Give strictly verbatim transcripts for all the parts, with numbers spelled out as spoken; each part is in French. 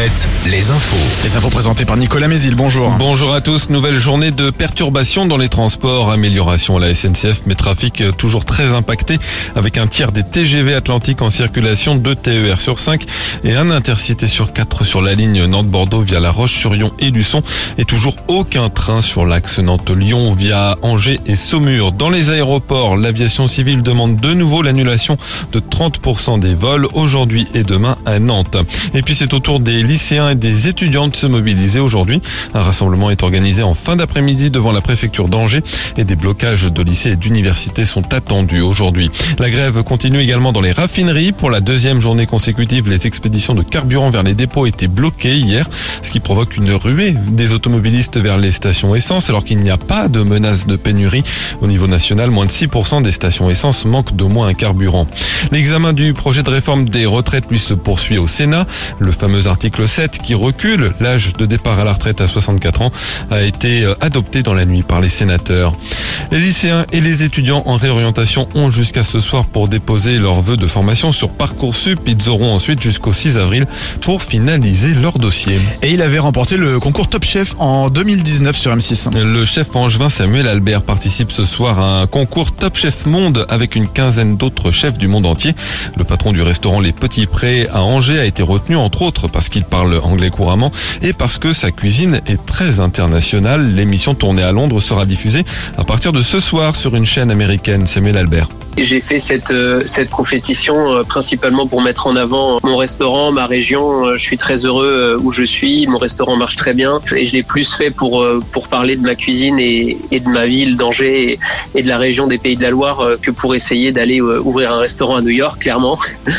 Alouette, les infos. Les infos présentées par Nicolas Mézil, bonjour. Bonjour à tous, nouvelle journée de perturbations dans les transports, amélioration à la S N C F, mais trafic toujours très impacté avec un tiers des T G V Atlantique en circulation, deux T E R sur cinq et un intercité sur quatre sur la ligne Nantes-Bordeaux via La Roche-sur-Yon et Luçon et toujours aucun train sur l'axe Nantes-Lyon via Angers et Saumur. Dans les aéroports, l'aviation civile demande de nouveau l'annulation de trente pour cent des vols aujourd'hui et demain à Nantes. Et puis c'est au tour des lycéens et des étudiants de se mobiliser aujourd'hui. Un rassemblement est organisé en fin d'après-midi devant la préfecture d'Angers et des blocages de lycées et d'universités sont attendus aujourd'hui. La grève continue également dans les raffineries. Pour la deuxième journée consécutive, les expéditions de carburant vers les dépôts étaient bloquées hier, ce qui provoque une ruée des automobilistes vers les stations essence alors qu'il n'y a pas de menace de pénurie. Au niveau national, moins de six pour cent des stations essence manquent d'au moins un carburant. L'examen du projet de réforme des retraites, lui, se poursuit au Sénat. Le fameux article sept qui recule l'âge de départ à la retraite à soixante-quatre ans a été adopté dans la nuit par les sénateurs. Les lycéens et les étudiants en réorientation ont jusqu'à ce soir pour déposer leurs vœux de formation sur Parcoursup. Ils auront ensuite jusqu'au six avril pour finaliser leur dossier. Et il avait remporté le concours Top Chef en deux mille dix-neuf sur M six. Le chef angevin Samuel Albert participe ce soir à un concours Top Chef Monde avec une quinzaine d'autres chefs du monde entier. Le patron du restaurant Les Petits Prés à Angers a été retenu entre autres parce qu'il parle anglais couramment et parce que sa cuisine est très internationale. L'émission tournée à Londres sera diffusée à partir de ce soir sur une chaîne américaine. Samuel Albert. J'ai fait cette euh, cette compétition euh, principalement pour mettre en avant mon restaurant, ma région. Euh, je suis très heureux euh, où je suis. Mon restaurant marche très bien et je l'ai plus fait pour euh, pour parler de ma cuisine et, et de ma ville d'Angers et, et de la région des Pays de la Loire euh, que pour essayer d'aller euh, ouvrir un restaurant à New York, clairement.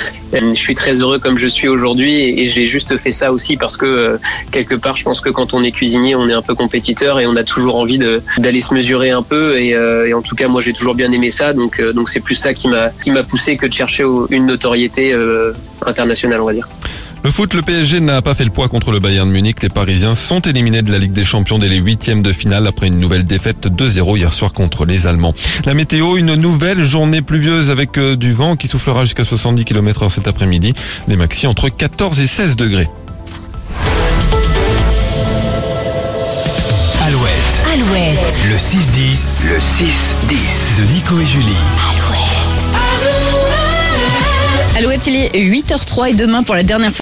Je suis très heureux comme je suis aujourd'hui et, et j'ai juste fait ça aussi parce que euh, quelque part, je pense que quand on est cuisinier, on est un peu compétiteur et on a toujours envie de d'aller se mesurer un peu et, euh, et en tout cas, moi, j'ai toujours bien aimé ça. Donc euh, donc c'est plus ça qui m'a qui m'a poussé que de chercher une notoriété euh, internationale, on va dire. Le foot, le P S G n'a pas fait le poids contre le Bayern Munich. Les Parisiens sont éliminés de la Ligue des Champions dès les huitièmes de finale après une nouvelle défaite deux zéro hier soir contre les Allemands. La météo, une nouvelle journée pluvieuse avec du vent qui soufflera jusqu'à soixante-dix kilomètres heure cet après-midi. Les maxi entre quatorze et seize degrés. Alouette. Alouette. Le six dix. Le six dix. De Nico et Julie. Alouette. Alouette, il est huit heures zéro trois et demain pour la dernière fois.